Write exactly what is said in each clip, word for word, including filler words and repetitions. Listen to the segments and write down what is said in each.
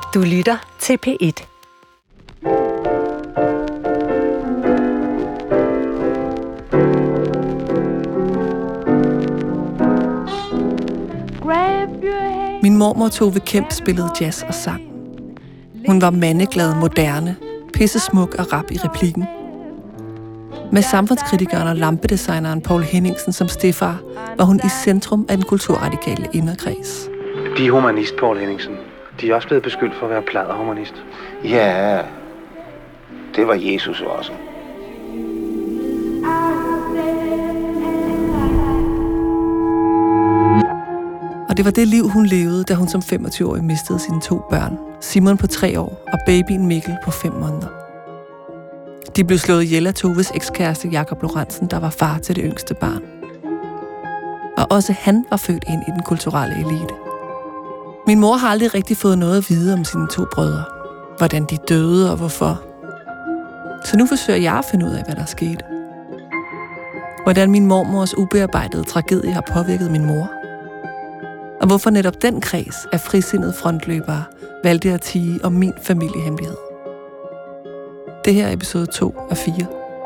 Du lytter til P et. Min mormor Tove Kemp spillede jazz og sang. Hun var mandeglad, moderne, pissesmuk og rap i replikken. Med samfundskritikeren og lampedesigneren Poul Henningsen som stedfar, var hun i centrum af den kulturradikale inderkreds. De er humanist, Poul Henningsen. De er også blevet beskyldt for at være pladderhumanist. Ja, det var Jesus også. Og det var det liv, hun levede, da hun som femogtyve-årig mistede sine to børn. Simon på tre år og babyen Mikkel på fem måneder. De blev slået ihjel af Toves ekskæreste Jakob Lorentzen, der var far til det yngste barn. Og også han var født ind i den kulturelle elite. Min mor har aldrig rigtig fået noget at vide om sine to brødre. Hvordan de døde og hvorfor. Så nu forsøger jeg at finde ud af, hvad der skete. Hvordan min mormors ubearbejdede tragedie har påvirket min mor. Og hvorfor netop den kreds af frisindede frontløbere valgte at tie om min familiehemmelighed. Det her er episode to af fire.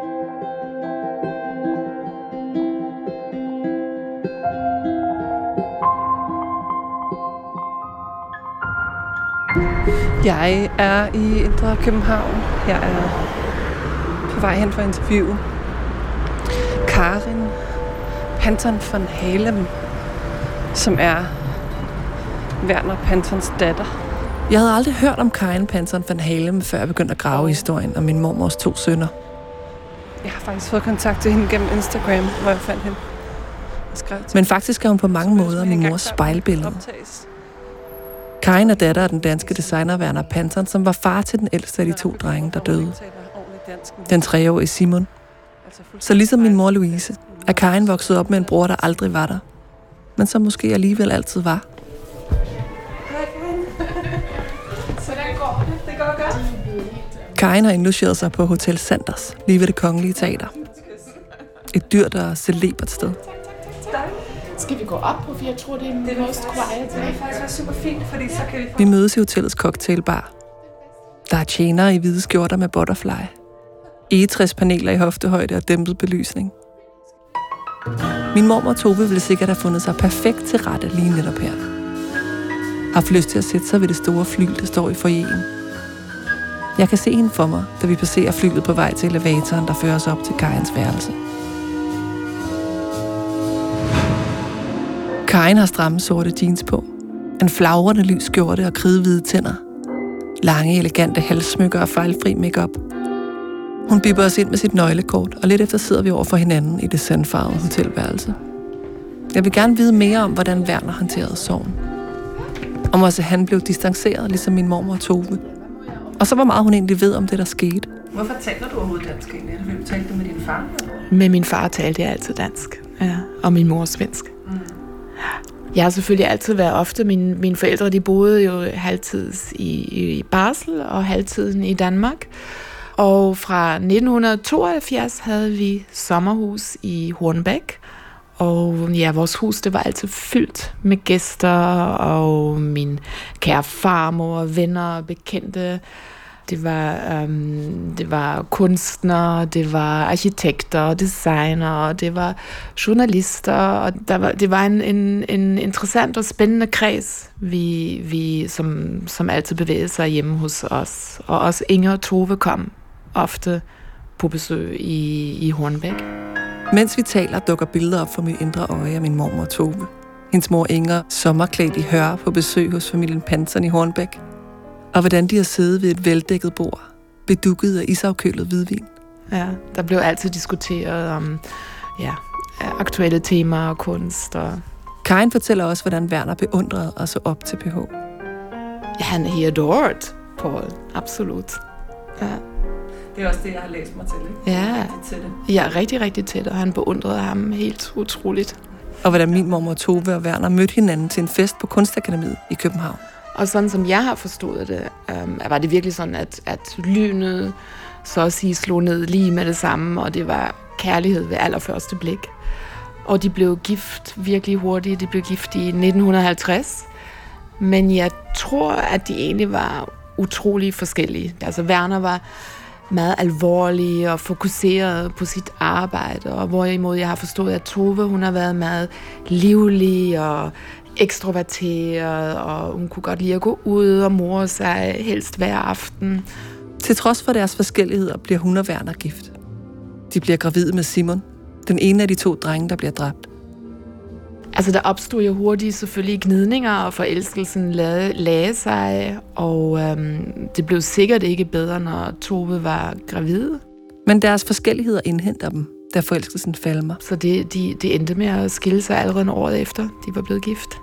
Jeg er i Indre København. Jeg er på vej hen for interview. Karin Panton von Halem, som er Werner Pantons datter. Jeg havde aldrig hørt om Karin Panton von Halem, før jeg begyndte at grave i historien om min mormors to sønner. Jeg har faktisk fået kontakt til hende gennem Instagram, hvor jeg fandt hende. Jeg Men faktisk er hun på mange måder min mors spejlbillede. Karin er datter af den danske designer Werner Panton, som var far til den ældste af de to drenge, der døde. Den treårige Simon. Så ligesom min mor Louise, er Karin vokset op med en bror, der aldrig var der. Men som måske alligevel altid var. Hvordan går det? Det går godt. Karin har indlogeret sig på Hotel Sanders, lige ved Det Kongelige Teater. Et dyrt og celebert sted. Skal vi gå op på, for jeg tror, det er det most quiet. Det vil faktisk være super fint, fordi så kan vi... Vi mødes i hotellets cocktailbar. Der er tjenere i hvide skjorter med butterfly. Egetræspaneler i hoftehøjde og dæmpet belysning. Min mormor Tove ville sikkert have fundet sig perfekt til rette lige netop her. Har haft lyst til at sætte sig ved det store flyl, der står i foyeren. Jeg kan se hende for mig, da vi passerer flyet på vej til elevatoren, der fører os op til Karins værelse. Karin har stramme sorte jeans på, en flagrende lys skjorte og kridhvide tænder, lange, elegante halssmykker og fejlfri makeup. Hun bipper os ind med sit nøglekort, og lidt efter sidder vi over for hinanden i det sandfarvede hotelværelse. Jeg vil gerne vide mere om, hvordan Werner håndterede sorgen. Om også han blev distanceret, ligesom min mormor Tove. Og så hvor meget hun egentlig ved om det, der skete. Hvorfor taler du overhovedet dansk egentlig? Har du talt det med din far? Med min far talte jeg altid dansk, ja, og min mor svensk. Mm. Jeg har selvfølgelig altid været ofte. Mine, mine forældre de boede jo halvtids i, i Basel og halvtiden i Danmark. Og fra nitten tooghalvfjerds havde vi sommerhus i Hornbæk. Og ja, vores hus det var altid fyldt med gæster og min kære farmor, venner og bekendte. Det var, øhm, det var kunstnere, det var arkitekter, designere, det var journalister. Og der var, det var en, en, en interessant og spændende kreds, vi, vi, som, som altid bevægede sig hjemme hos os. Og også Inger og Tove kom ofte på besøg i, i Hornbæk. Mens vi taler, dukker billeder op for mit indre øje af min mormor Tove. Hendes mor Inger, sommerklædt i hør på besøg hos familien Panton i Hornbæk. Og hvordan de har siddet ved et veldækket bord, bedukket af isafkølet hvidvin. Ja, der blev altid diskuteret om ja, aktuelle temaer og kunst. Og... Karin fortæller også, hvordan Werner beundrede og så op til P H. Ja, han he adored Paul, absolut. Ja. Det er også det, jeg har læst mig til, ikke? Ja, til det. Ja, rigtig, rigtig tæt, og han beundrede ham helt utroligt. Og hvordan min mormor Tove og Werner mødte hinanden til en fest på Kunstakademiet i København. Og sådan som jeg har forstået det, øh, var det virkelig sådan, at, at lynet så at sige slog ned lige med det samme, og det var kærlighed ved allerførste blik. Og de blev gift virkelig hurtigt. De blev gift i nitten halvtreds. Men jeg tror, at de egentlig var utrolig forskellige. Altså Werner var meget alvorlig og fokuseret på sit arbejde, og hvorimod jeg har forstået, at Tove, hun har været meget livlig og ekstroverteret, og hun kunne godt lide at gå ud og more sig helst hver aften. Til trods for deres forskelligheder bliver hun og Werner gift. De bliver gravide med Simon, den ene af de to drenge, der bliver dræbt. Altså, der opstod jo hurtigt selvfølgelig gnidninger, og forelskelsen lagde, lagde sig, og øhm, det blev sikkert ikke bedre, når Tove var gravid. Men deres forskelligheder indhenter dem, da forelskelsen falmer. Så det, de, de endte med at skille sig allerede året efter, de var blevet gift.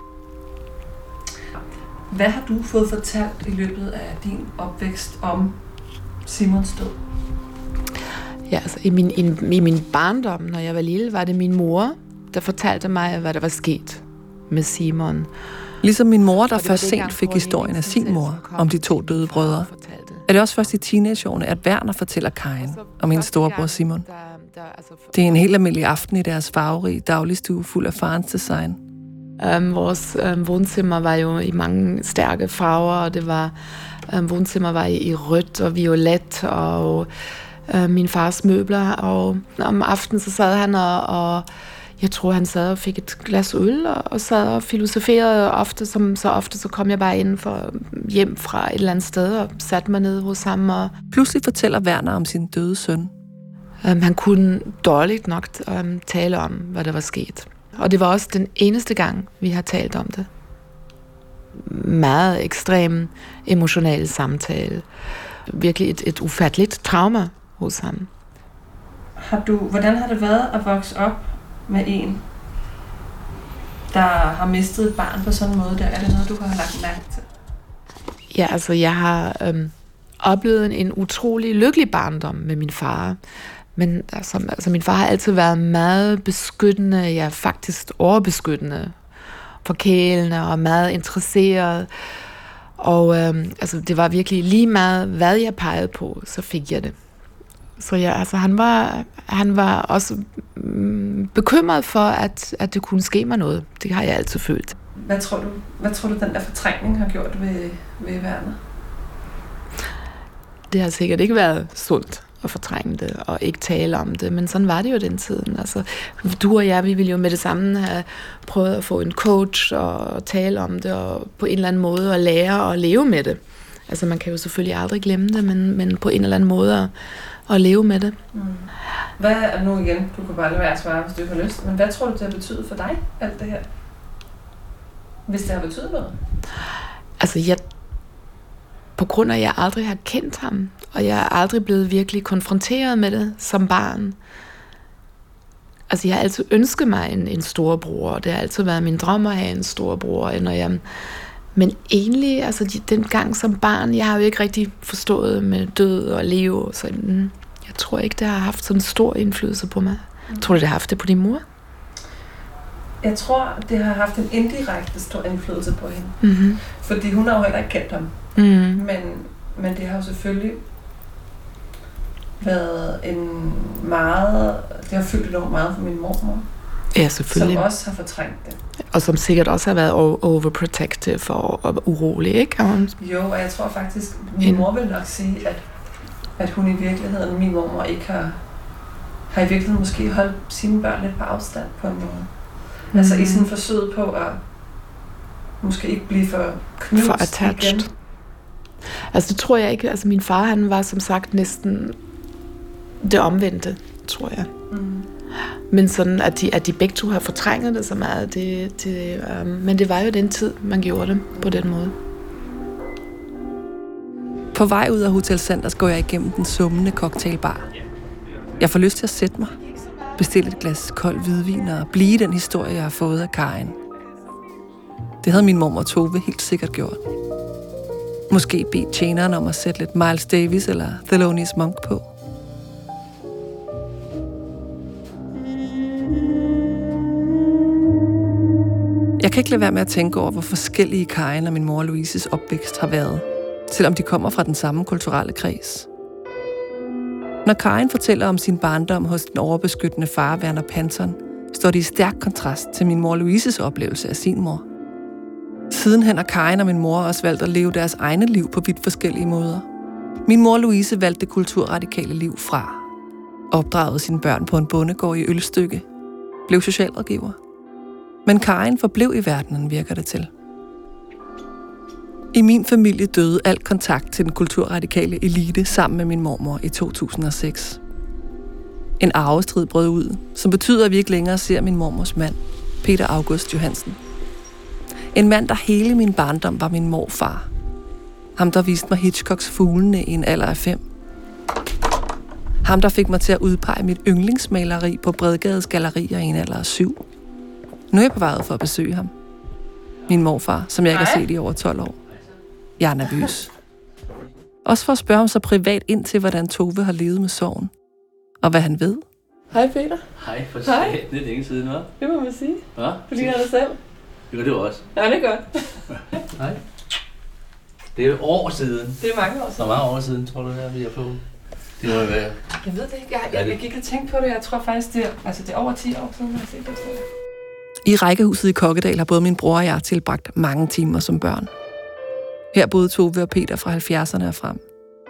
Hvad har du fået fortalt i løbet af din opvækst om Simons død? Ja, altså i min, i, i min barndom, når jeg var lille, var det min mor, der fortalte mig, hvad der var sket med Simon. Ligesom min mor, der først sent fik historien af sin mor om de to døde brødre, er det også først i teenageårene, at Werner fortæller Karin om hendes storebror Simon. Det er en helt almindelig aften i deres farverige dagligstue fuld af farens design. Um, vores um, wohnzimmer var jo i mange stærke farver, og det var um, wohnzimmer var i, i rødt og violet, og uh, min fars møbler, og om aftenen så sad han og, og jeg tror, han sad og fik et glas øl, og, og sad og filosoferede ofte, som så ofte, så kom jeg bare ind for, hjem fra et eller andet sted, og satte mig ned hos ham. Og pludselig fortæller Werner om sin døde søn. Um, han kunne dårligt nok um, tale om, hvad der var sket. Og det var også den eneste gang, vi har talt om det. Meget ekstrem emotionel samtale. Virkelig et, et ufatteligt trauma hos ham. Har du, hvordan har det været at vokse op med en, der har mistet et barn på sådan en måde? Der? Er det noget, du har lagt mærke til? Ja, altså jeg har øhm, oplevet en, en utrolig lykkelig barndom med min far. Men altså, altså, min far har altid været meget beskyttende, ja faktisk overbeskyttende, forkælende og meget interesseret. Og øhm, altså, det var virkelig lige meget, hvad jeg pegede på, så fik jeg det. Så ja, altså, han var, han var også mm, bekymret for, at, at det kunne ske mig noget. Det har jeg altid følt. Hvad tror du, hvad tror du den der fortrængning har gjort ved, ved Werner? Det har sikkert ikke været sundt at fortrænge det og ikke tale om det, men sådan var det jo den tiden. Altså, du og jeg, vi ville jo med det samme have prøvet at få en coach og tale om det, og på en eller anden måde at lære at leve med det. Altså man kan jo selvfølgelig aldrig glemme det, men, men på en eller anden måde at, at leve med det. Mm. Hvad er nu igen, du kan bare lade være at svare, hvis du ikke har lyst, men hvad tror du, det har betydet for dig, alt det her? Hvis det har betydet noget? Altså jeg På grund af, at jeg aldrig har kendt ham, og jeg er aldrig blevet virkelig konfronteret med det som barn. Altså, jeg har altid ønsket mig en, en storebror, og det har altid været min drøm at have en storebror. Når jeg, men egentlig, altså de, den gang som barn, jeg har jo ikke rigtig forstået med død og liv, så jeg tror ikke, det har haft sådan en stor indflydelse på mig. Mm. Tror du, det har haft det på din mor? Jeg tror, det har haft en indirekte stor indflydelse på hende. Mm-hmm. Fordi hun har jo heller ikke kendt ham. Mm. Men, men det har jo selvfølgelig været en meget... Det har fyldt enormt meget for min mormor. Ja, selvfølgelig. Som også har fortrængt det. Og som sikkert også har været overprotective og, og urolig, ikke? Og jo, og jeg tror faktisk, min mor vil nok sige, at, at hun i virkeligheden, min mormor ikke har... har i virkeligheden måske holdt sine børn lidt på afstand på en måde. Mm. Altså i sådan et forsøg på at måske ikke blive for knust for attached. Igen. Altså det tror jeg ikke. Altså min far, han var som sagt næsten det omvendte, tror jeg. Mm. Men sådan, at de, at de begge to har fortrænget det så meget, det, det, um, men det var jo den tid, man gjorde det på den måde. På vej ud af Hotel Sanders går jeg igennem den summende cocktailbar. Jeg får lyst til at sætte mig, bestille et glas kold hvidvin og blive den historie, jeg har fået af Karin. Det havde min mormor Tove helt sikkert gjort. Måske bedt tjeneren om at sætte lidt Miles Davis eller Thelonious Monk på. Jeg kan ikke lade være med at tænke over, hvor forskellige Karin og min mor Louises opvækst har været, selvom de kommer fra den samme kulturelle kreds. Når Karin fortæller om sin barndom hos den overbeskyttende far Werner Panton, står det i stærk kontrast til min mor Louises oplevelse af sin mor. Sidenhen har Karin og min mor også valgt at leve deres egne liv på vidt forskellige måder. Min mor Louise valgte det kulturradikale liv fra. Opdragede sine børn på en bondegård i Ølstykke. Blev socialrådgiver. Men Karin forblev i verdenen, virker det til. I min familie døde al kontakt til den kulturradikale elite sammen med min mormor i to tusind og seks. En arvestrid brød ud, som betyder, at vi ikke længere ser min mormors mand, Peter August Johansen. En mand, der hele min barndom var min morfar. Ham, der viste mig Hitchcocks Fuglene i en alder af fem. Ham, der fik mig til at udpege mit yndlingsmaleri på Bredgades gallerier i en alder af syv. Nu er jeg på vej for at besøge ham. Min morfar, som jeg ikke har set i over tolv år. Jeg er nervøs. Også for at spørge ham så privat ind til, hvordan Tove har levet med sorgen. Og hvad han ved. Hej Peter. Hej, for satan. Det er længe siden, hva'? Det må man sige. Hva? Du ligner dig selv. Det var det også. Ja, det er godt. Hej. Det er år siden. Det er mange år siden. Hvor mange år siden, tror du, det er, vi er på? Det må jo være. Jeg ved det ikke. Jeg, jeg, jeg gik og tænkte på det. Jeg tror faktisk, det er, altså, det er over ti år siden, jeg har set det. I rækkehuset i Kokkedal har både min bror og jeg tilbragt mange timer som børn. Her boede Tove og Peter fra halvfjerdserne og frem.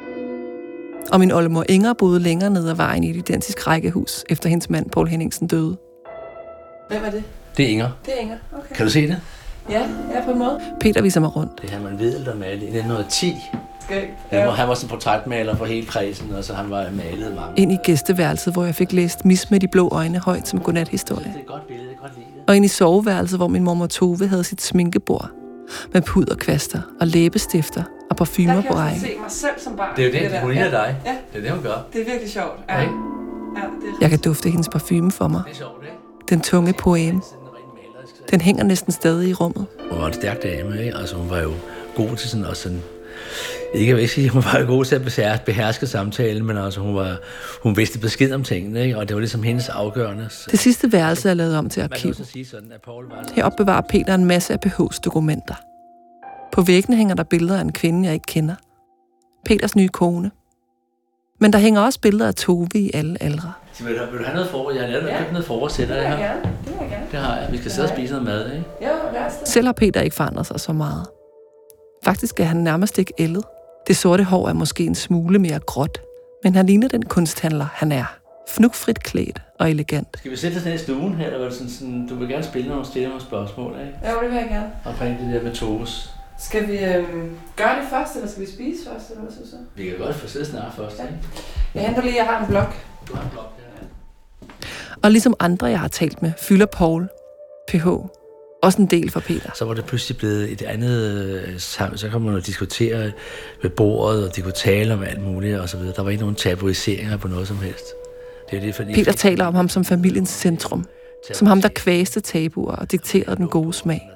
Og min oldemor Inger boede længere ned ad vejen i et identisk rækkehus, efter hendes mand Poul Henningsen døde. Hvem er det? Det er Inger. Det er Inger, okay. Kan du se det? Ja, ja, på en måde. Peter viser mig rundt. Det har man ved, der malede i nitten ti. Skæg. Han var, han var sådan en portrætmaler for hele kredsen, og så han var malet mange. Ind i gæsteværelset, hvor jeg fik læst Mis med de blå øjne højt som godnathistorie. Det er et godt billede, jeg kan godt lide det. Og ind i soveværelset, hvor min mormor Tove havde sit sminkebord. Med puderkvaster og læbestifter og parfumer på række. Der kan jeg se mig selv som barn. Det er jo det, det hun ligner dig. Ja. Det er det, hun gør. Det er virkelig sjovt. Ja. Ja. Ja, det er Jeg kan dufte hendes parfume for mig. Det er sjovt, ikke? Den tunge poeme. Den hænger næsten stadig i rummet. Hun var en stærk dame, ikke? Altså hun var jo god til sådan også sådan... Ikke vil sige, hun var jo god til at beherske samtalen, men altså hun var hun vidste besked om tingene, ikke? Og det var ligesom hendes afgørende. Det sidste værelse er lavet om til arkiv. Her opbevarer Peter en masse af P H's dokumenter. På væggene hænger der billeder af en kvinde, jeg ikke kender. Peters nye kone. Men der hænger også billeder af Tove i alle aldre. Vil du, vil du have noget forår? Jeg har lavet Ja. noget forår til dig. Det vil jeg her. gerne. Det vil jeg gerne. Det har jeg. Vi skal sidde og spise noget mad, ikke? Jo, lad os det. Selv har Peter ikke forandret sig så meget. Faktisk er han nærmest ikke ældet. Det sorte hår er måske en smule mere gråt, men han ligner den kunsthandler, han er. Fnugfrit klædt og elegant. Skal vi sætte os ned i stuen her, eller sådan, sådan, du vil gerne spille nogle stille nogle spørgsmål, ikke? Jo, det vil jeg gerne. Omkring det der med Toves. Skal vi øhm, gøre det først, eller skal vi spise først, eller hvad synes du? Vi kan godt få sidde snart først, Ja. ikke? Jeg henter lige, jeg har en blok. Du har en blok her, ja. Og ligesom andre, jeg har talt med, fylder Poul, P H, også en del for Peter. Så var det pludselig blevet et andet øh, sammen. Så kom man og diskutere ved bordet, og de kunne tale om alt muligt, og så videre. Der var ikke nogen tabuiseringer på noget som helst. Det er det, fordi Peter taler om ham som familiens centrum. Som ham, der kvæste tabuer og dikterede den gode smag.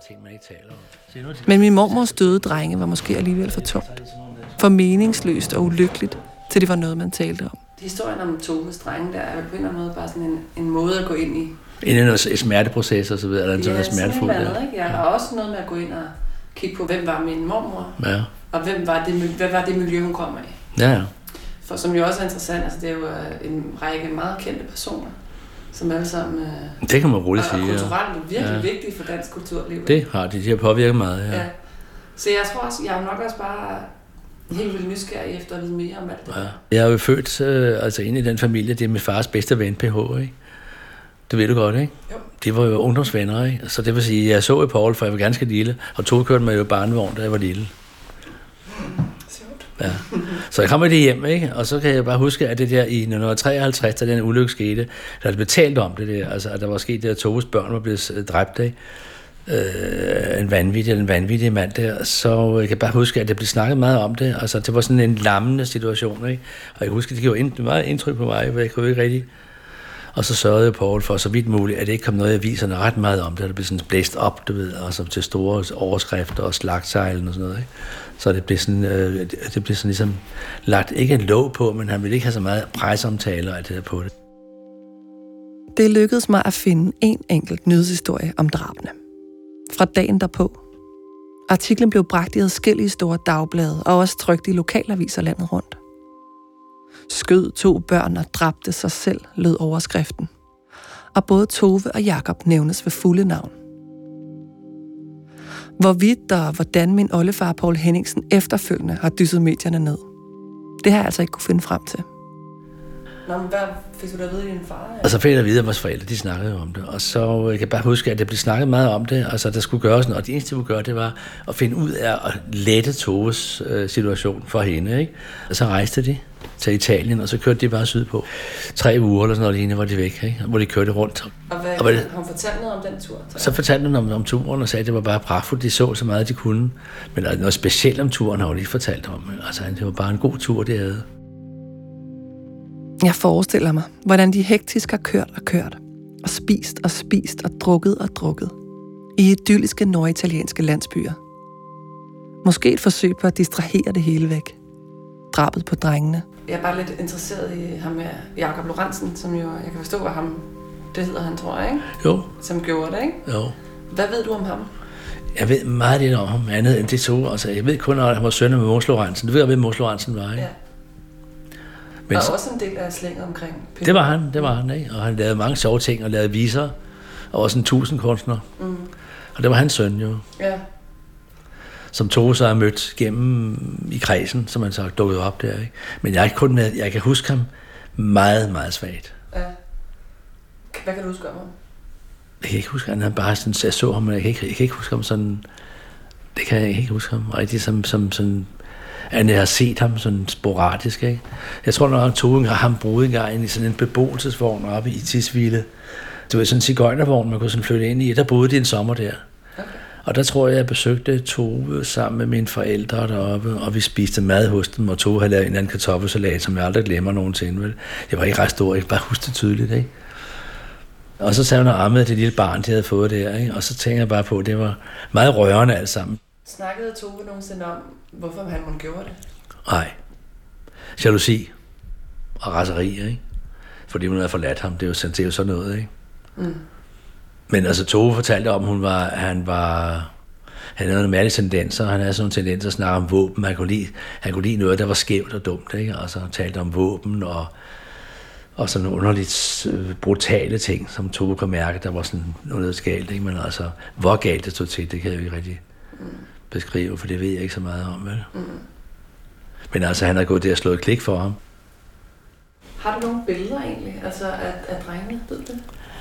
Men min mormors døde drenge var måske alligevel for tungt. For meningsløst og ulykkeligt, til det var noget, man talte om. Historien om Toves drenge der er vel på en eller anden måde bare sådan en, en måde at gå ind i. Inden en smerteproces og så videre, eller en sådan Ja, noget sådan et smertefuldt. eller andet, ikke? Jeg har også noget med at gå ind og kigge på, hvem var min mormor, Ja, og hvem var det, hvad var det miljø, hun kom af. ja, ja. For som jo også er interessant, altså det er jo øh, en række meget kendte personer, som alle sammen øh, Det kan man roligt og, sige, og ja. kulturelt virkelig Ja. ja. vigtige for dansk kulturliv. Det har de. De har påvirket meget, ja. Ja. Så jeg tror også, jeg er nok også bare helt vildt nysgerrig efter at vide mere om alt det. Ja. Jeg er jo født øh, altså ind i den familie, det er min fars bedste ven, P H, ikke? Det ved du godt, ikke? Jo. De var jo ungdomsvenner, ikke? Så det vil sige, jeg så i Poul, for jeg var ganske lille, og Tove kørte mig jo i barnevogn, da jeg var lille. Ja. Så jeg kommer det hjem, ikke? Og så kan jeg bare huske, at det der i nitten treoghalvtreds, da den ulykke skete, der blev talt om det der, altså at der var sket det, at Toves børn var blevet dræbt, ikke? Øh, en vanvittig, en vanvittig mand der, så jeg kan bare huske, at det blev snakket meget om det. Altså, det var sådan en lammende situation, ikke? Og jeg husker, det gjorde ind, meget indtryk på mig, for jeg kunne ikke rigtig. Og så sørgede jeg Poul for så vidt muligt, at det ikke kom noget i aviserne ret meget om det. Det blev sådan blæst op, du ved, altså til store overskrifter og slagtsejlen og sådan noget, ikke? Så det blev sådan, øh, det blev sådan ligesom lagt, ikke en låg på, men han ville ikke have så meget presseomtale og alt det der på det. Det lykkedes mig at finde en enkelt nyhedshistorie om drabene. Fra dagen derpå. Artiklen blev bragt i adskillige store dagblade og også trykt i lokalaviser landet rundt. Skød to børn og dræbte sig selv, lød overskriften. Og både Tove og Jakob nævnes ved fulde navn. Hvorvidt og hvordan min oldefar Poul Henningsen efterfølgende har dysset medierne ned, det har jeg altså ikke kunne finde frem til. Nå, men hvad fik du da at vide, din far? Ja? Og så fik jeg at vide, at vores forældre, de snakkede om det. Og så jeg kan bare huske, at det blev snakket meget om det. Altså, der skulle gøres noget. Og det eneste, de kunne gøre, det var at finde ud af at lette Toves øh, situation for hende. Ikke? Og så rejste de til Italien, og så kørte de bare sydpå. Tre uger eller sådan noget lignende, hvor de væk, ikke? Hvor de kørte rundt. Og hvad, og hvad, har hun fortalt noget om den tur? Så, så fortalte hun om, om turen og sagde, at det var bare pragtfuldt. De så så meget, de kunne. Men noget specielt om turen har hun ikke fortalt om. Altså, det var bare en god tur, det havde. Jeg forestiller mig, hvordan de hektisk har kørt og kørt, og spist og spist og drukket og drukket i idylliske norditalienske landsbyer. Måske et forsøg på at distrahere det hele væk. Drabet på drengene. Jeg er bare lidt interesseret i ham med Jakob Lorentzen, som jo, jeg kan forstå, var ham, det hedder han, tror jeg, ikke? Jo. Som gjorde det, ikke? Jo. Hvad ved du om ham? Jeg ved meget lidt om ham, andet end det to. Altså, jeg ved kun, at han var søn med Mogens Lorentzen. Du ved, hvem Mogens Lorentzen var, ikke? Ja. Men og også en del af slænget omkring P. Det var han, det var han, ikke? Og han lavede mange sjove ting og lavede viser, og også en tusind kunstner. Mm. Og det var hans søn jo. Ja. Som Tove så har mødt gennem i kredsen, som han så dukkede op der, ikke? Men jeg, kun med, jeg kan huske ham meget, meget svagt. Ja. Hvad kan du huske om ham? Jeg kan ikke huske, han havde bare sådan, jeg så ham, men jeg kan ikke, jeg kan ikke huske ham sådan, det kan jeg ikke huske ham rigtig som, som sådan, at jeg har set ham sådan sporadisk, ikke? Jeg tror nok, at Tove har ham brugt en gang i sådan en beboelsesvogn oppe i Tisvilde. Det var sådan en cigøjnervogn, man kunne sådan flytte ind i. Der boede de en sommer der. Okay. Og der tror jeg, jeg besøgte Tove sammen med mine forældre deroppe, og vi spiste mad hos dem, og Tove havde lavet en eller anden kartoffelsalat, som jeg aldrig glemmer nogensinde. Vel? Jeg var ikke ret stor, jeg bare huske det tydeligt, ikke? Og så sagde hun og ammede det lille barn, de havde fået der, ikke? Og så tænkte jeg bare på, at det var meget rørende alt sammen. Snakkede Tove nogensinde om, hvorfor han måtte gjorde det? Nej. Jalousi og raseri, ikke? Fordi hun havde forladt ham, det er jo, det er jo sådan noget, ikke? Mm. Men altså, Tove fortalte om, hun var, han var, han havde nogle mærkelige tendenser, han havde sådan nogle tendenser at snakke om våben, han kunne lide, han kunne lide noget, der var skævt og dumt, ikke? Altså, han talte om våben og, og sådan nogle underligt brutale ting, som Tove kunne mærke, der var sådan noget galt, ikke? Men altså, hvor galt det stod til, det kan jeg jo ikke rigtig mm. beskrive, for det ved jeg ikke så meget om, vel? Mm. Men altså, han har gået der og slået klik for ham. Har du nogle billeder egentlig, altså af, af drengene, ved du det?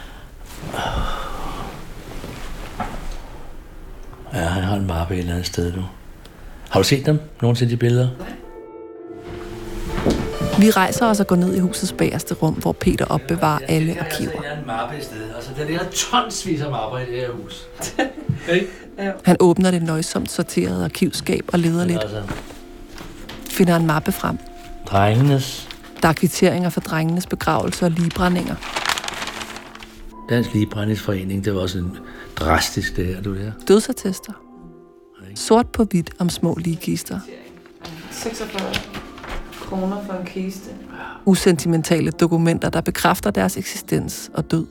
Ja, han har en mappe et eller andet sted nu. Har du set dem? Nogensinde de billeder? Nej. Vi rejser os og går ned i husets bagerste rum, hvor Peter opbevarer alle arkiver. Der er en mappe et sted. Altså, der ligger tonsvis af mapper i det her hus. Ikke? Han åbner det nøjsomt sorterede arkivskab og leder lidt. Finder en mappe frem. Drengenes. Der er kvitteringer for drengenes begravelse og ligebrændinger. Dansk Ligebrændingsforening, det var også en drastisk det her, du der. Dødsattester. Sort på hvidt om små ligekister. seksogfyrre kroner for en kiste. Usentimentale dokumenter, der bekræfter deres eksistens og død.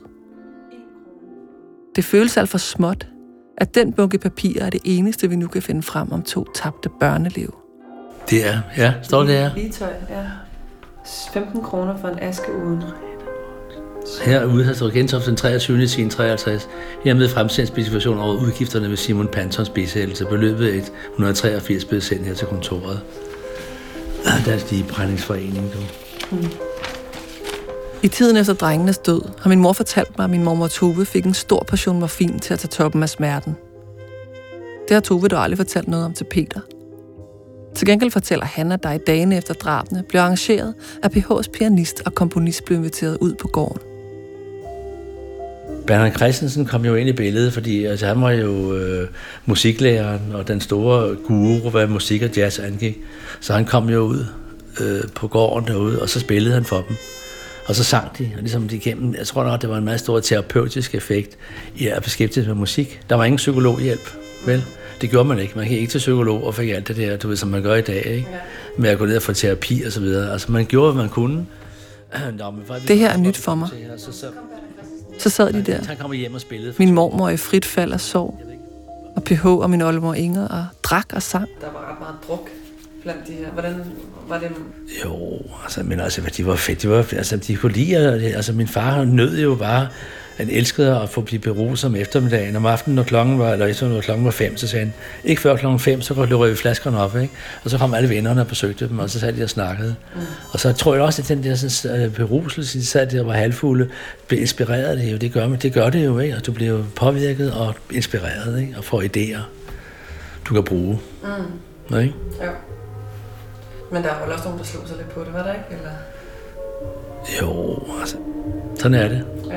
Det føles alt for småt, at den bunke papir er det eneste, vi nu kan finde frem om to tabte børneliv. Det er, ja, står det her. Ligetøj, ja. femten kroner for en askeuden. Herude har stået Gentofte den treogtyvende oktober treoghalvtreds. Hermed fremsendt specifikation over udgifterne ved Simon Pantons bisættelse. Beløbet et hundrede og treogfirs blev sendt her til kontoret. Dansk Ligebrændingsforening, du. Mm. I tiden efter drengenes død har min mor fortalt mig, at min mormor Tove fik en stor portion morfin til at tage toppen af smerten. Det har Tove dog aldrig fortalt noget om til Peter. Til gengæld fortæller han, at der i dagene efter drabene blev arrangeret, at P H's pianist og komponist blev inviteret ud på gården. Bernhard Christensen kom jo ind i billedet, fordi altså, han var jo øh, musiklæreren og den store guru, hvad musik og jazz angik. Så han kom jo ud øh, på gården derude, og så spillede han for dem. Og så sang de, og ligesom de igennem. Jeg tror nok, det var en meget stor terapeutisk effekt i at beskæftige sig med musik. Der var ingen psykologhjælp, vel? Det gjorde man ikke. Man gik ikke til psykolog og fik alt det der, du ved, som man gør i dag, ikke? Ja. Med at gå ned og få terapi og så videre. Altså, man gjorde, hvad man kunne. Nå, men det her er nyt for mig. Så, så, så sad de der. Han kom hjem og spillede. Min mormor i frit fald af sorg. Og P H og min oldemor Inger og drak og sang. Der var ret meget druk blandt de her. Hvordan var det? Jo, altså, men altså, de var fedt. De var, altså, de kunne lide, altså, min far nød jo bare Han elskede at få blive beruset om eftermiddagen. Om aftenen, når klokken var, eller efter når klokken var fem, så sagde han, ikke før klokken fem, så kunne løbe flaskerne op, ikke? Og så kom alle vennerne og besøgte dem, og så sad de og snakkede. Mm. Og så tror jeg også, at den der sådan, beruselse, de sad der og var halvfulde, blev inspireret det jo. Det gør, det gør det jo, ikke? Og du bliver jo påvirket og inspireret, ikke? Og får idéer, du kan bruge. Mm. Ikke? Jo. Men der var også nogen, der slog sig lidt på det, var der ikke? Eller? Jo, altså, sådan er det. Ja.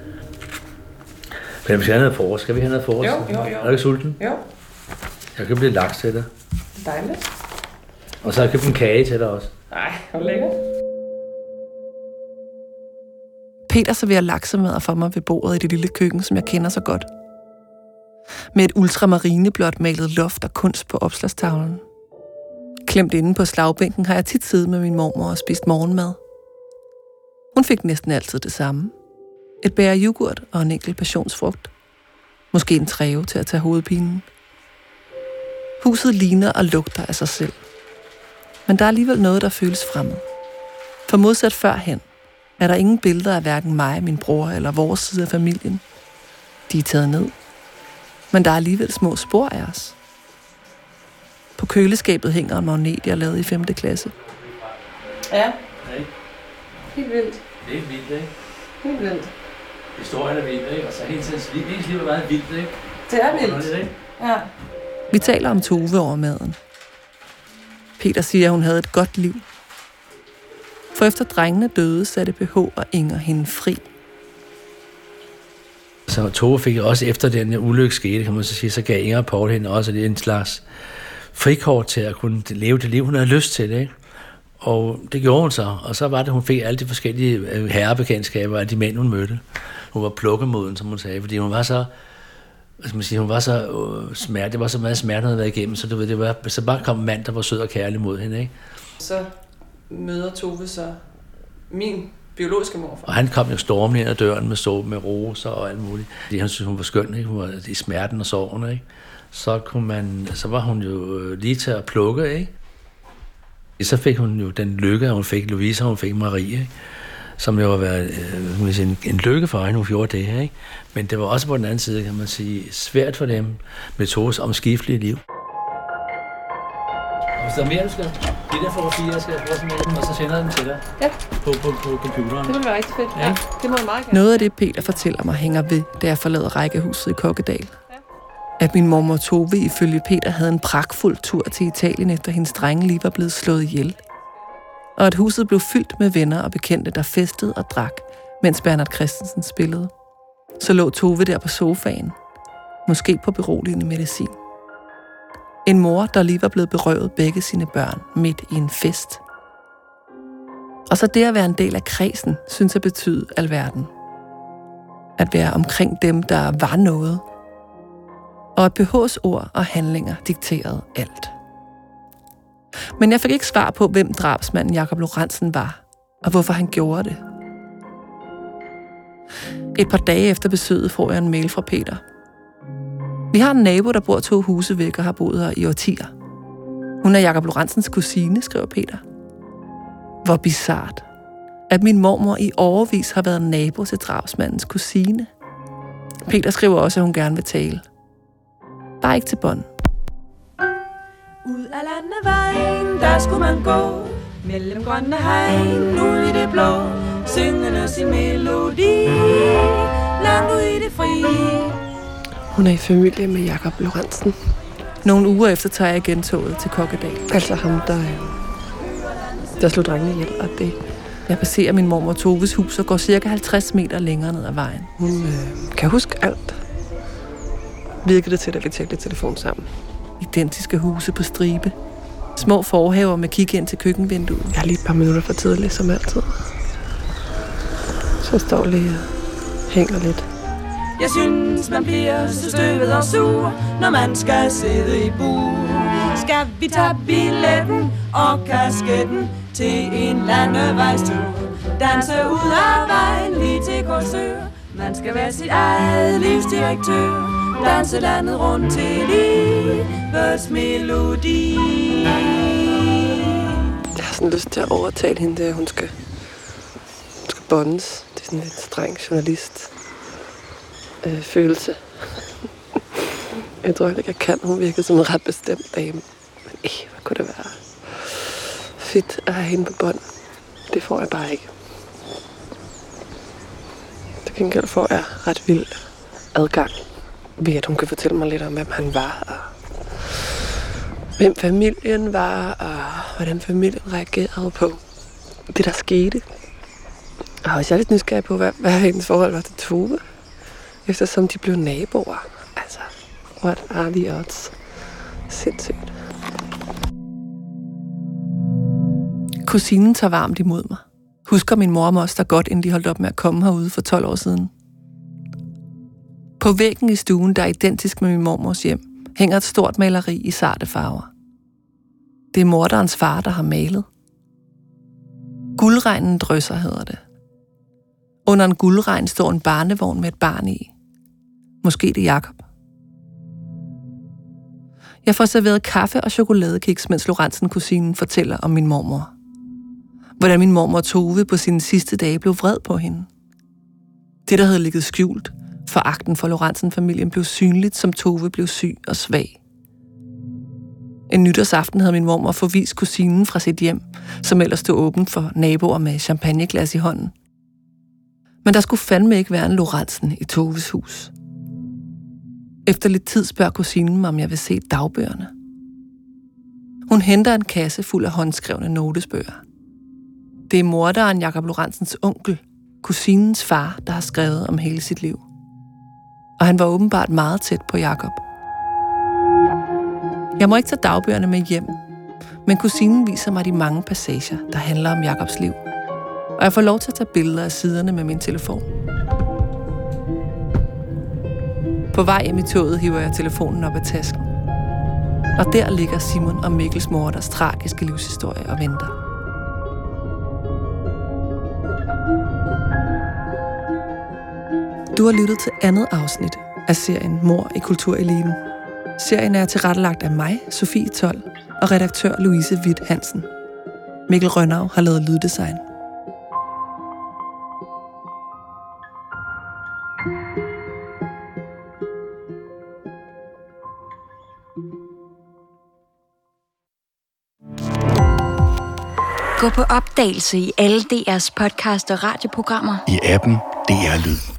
Men hvis jeg har noget forårs, skal vi have noget forårs? Jo, jo, jo. Er du ikke sulten? Jo. Jeg kan blive laks til dig. Dejligt. Og så har jeg købt en kage til dig også. Ej, hvor lækkert. Peter serverer laksemad for mig ved bordet i det lille køkken, som jeg kender så godt. Med et ultramarineblåt malet loft og kunst på opslagstavlen. Klemt inde på slagbænken har jeg tit siddet med min mormor og spist morgenmad. Hun fik næsten altid det samme. Et bære yoghurt og en enkelt passionsfrugt. Måske en træve til at tage hovedpinen. Huset ligner og lugter af sig selv. Men der er alligevel noget, der føles fremmed. For modsat førhen, er der ingen billeder af hverken mig, min bror eller vores side af familien. De er taget ned. Men der er alligevel små spor af os. På køleskabet hænger en magnet, jeg lavede i femte klasse. Ja. Helt vildt. Det er vildt, ikke? Helt vildt. Historien er vildt, ikke? Og så hele tiden liv. Ens liv er meget vildt, ikke? Det er vildt. Ja. Vi taler om Tove over maden. Peter siger, at hun havde et godt liv. For efter drengene døde, satte P H og Inger hende fri. Så Tove fik også efter den ulykke skete, kan man så sige, så gav Inger og Poul hende også en slags frikort til at kunne leve det liv, hun havde lyst til, ikke? Og det gjorde hun så, og så var det, hun fik alle de forskellige herrebekendtskaber af de mænd, hun mødte. Hun var plukkemoden, som hun sagde, fordi hun var så, hvad skal man sige, hun var så uh, smerte, det var så meget smerte, hun havde været igennem, så du ved, det var, så bare kom en mand, der var sød og kærlig mod hende, ikke? Så møder Tove så min biologiske morfar. Og han kom jo stormende ind ad døren med så med roser og alt muligt. Fordi han synes, hun var skøn, ikke? Hun var i smerten og sorgen, ikke? Så, kunne man, så var hun jo lige til at plukke, ikke? Så fik hun jo den lykke, hun fik Louise, og hun fik Marie, ikke? Som jo har været øh, en, en lykke for hende, hun gjorde det her, ikke? Men det var også på den anden side, kan man sige, svært for dem med Toves omskiftelige liv. Hvis der er mere, du skal, det der fotografier, jeg skal bruge med dem, og så sender jeg dem til dig. Ja. På, på, på computeren. Det vil være rigtig fedt. Ja, det må jeg meget gerne. Noget af det, Peter fortæller mig, hænger ved, da jeg forlader rækkehuset i Kokkedal. At min mormor Tove ifølge Peter havde en pragtfuld tur til Italien, efter hendes drenge lige var blevet slået ihjel. Og at huset blev fyldt med venner og bekendte, der festede og drak, mens Bernhard Christensen spillede. Så lå Tove der på sofaen, måske på beroligende medicin. En mor, der lige var blevet berøvet begge sine børn midt i en fest. Og så det at være en del af kredsen, synes jeg betyder alverden. At være omkring dem, der var noget. Og at P H's ord og handlinger dikterede alt. Men jeg fik ikke svar på, hvem drabsmanden Jakob Lorentzen var, og hvorfor han gjorde det. Et par dage efter besøget får jeg en mail fra Peter. Vi har en nabo, der bor to huse væk og har boet her i årtier. Hun er Jakob Lorentzens kusine, skriver Peter. Hvor bizart, at min mormor i årevis har været nabo til drabsmandens kusine. Peter skriver også, at hun gerne vil tale. Bare ikke til bånd. Ud af landevejen, der skulle man gå, mellem grønne hegn, ud i det blå, syngende sin melodi, langt ud i det fri. Hun er i familie med Jakob Lorentzen. Nogle uger efter tager jeg igen toget til Kokkedal. Altså ham, der, der slog drengene ihjel, og det... Jeg passerer min mormor Toves hus og går cirka halvtreds meter længere ned ad vejen. Hun øh, kan huske alt. Virkede det til, at vi talte i telefon sammen. Identiske huse på stribe. Små forhaver med kig ind til køkkenvinduet. Jeg er lige et par minutter for tidligt, som altid. Så står lige og hænger lidt. Jeg synes, man bliver så støvet og sur, når man skal sidde i bur. Skal vi tage billetten og kasketten til en landevejstur? Danse ud af vejen lige til Korsør. Man skal være sit eget livsdirektør. Danse landet rundt til livets melodi. Jeg har sådan lyst til at overtale hende, at hun skal, hun skal bondes. Det er sådan lidt streng journalist. øh, følelse. Jeg tror ikke, jeg kan. Hun virkede som en ret bestemt dame. Men øh, hvad kunne det være fedt at have hende på bånd. Det får jeg bare ikke. Til gengæld får jeg ret vild adgang ved, at hun kan fortælle mig lidt om, hvem han var, og hvem familien var, og hvordan familien reagerede på det, der skete. Og også jeg er lidt nysgerrig på, hvad, hvad hendes forhold var til Tove, eftersom de blev naboer. Altså, what are the odds? Sindssygt. Kusinen tager varmt imod mig. Husker min mor og moster godt, inden de holdt op med at komme herude for tolv år siden. På væggen i stuen, der er identisk med min mormors hjem, hænger et stort maleri i sarte farver. Det er morderens far, der har malet. Guldregnen drysser, hedder det. Under en guldregn står en barnevogn med et barn i. Måske det er Jakob. Jeg får serveret kaffe og chokoladekiks, mens Lorentzen, kusinen, fortæller om min mormor. Hvordan min mormor Tove på sine sidste dage blev vred på hende. Det, der havde ligget skjult, foragten for Lorentzen-familien, blev synligt, som Tove blev syg og svag. En nytårsaften havde min mormor forvist kusinen fra sit hjem, som ellers stod åbent for naboer med champagneglas i hånden. Men der skulle fandme ikke være en Lorentzen i Toves hus. Efter lidt tid spørger kusinen mig, om jeg vil se dagbøgerne. Hun henter en kasse fuld af håndskrevne notesbøger. Det er morderen Jakob Lorentzens onkel, kusinens far, der har skrevet om hele sit liv. Og han var åbenbart meget tæt på Jakob. Jeg må ikke tage dagbøgerne med hjem, men kusinen viser mig de mange passager, der handler om Jakobs liv. Og jeg får lov til at tage billeder af siderne med min telefon. På vej hjem i toget hiver jeg telefonen op af tasken. Og der ligger Simon og Mikkels morders tragiske livshistorie og venter. Du har lyttet til andet afsnit af serien Mord i Kultureliten. Serien er tilrettelagt af mig, Sofie Told, og redaktør Louise Witt Hansen. Mikkel Rønnav har lavet lyddesign. Gå på opdagelse i alle D R's podcast og radioprogrammer. I appen D R Lyd.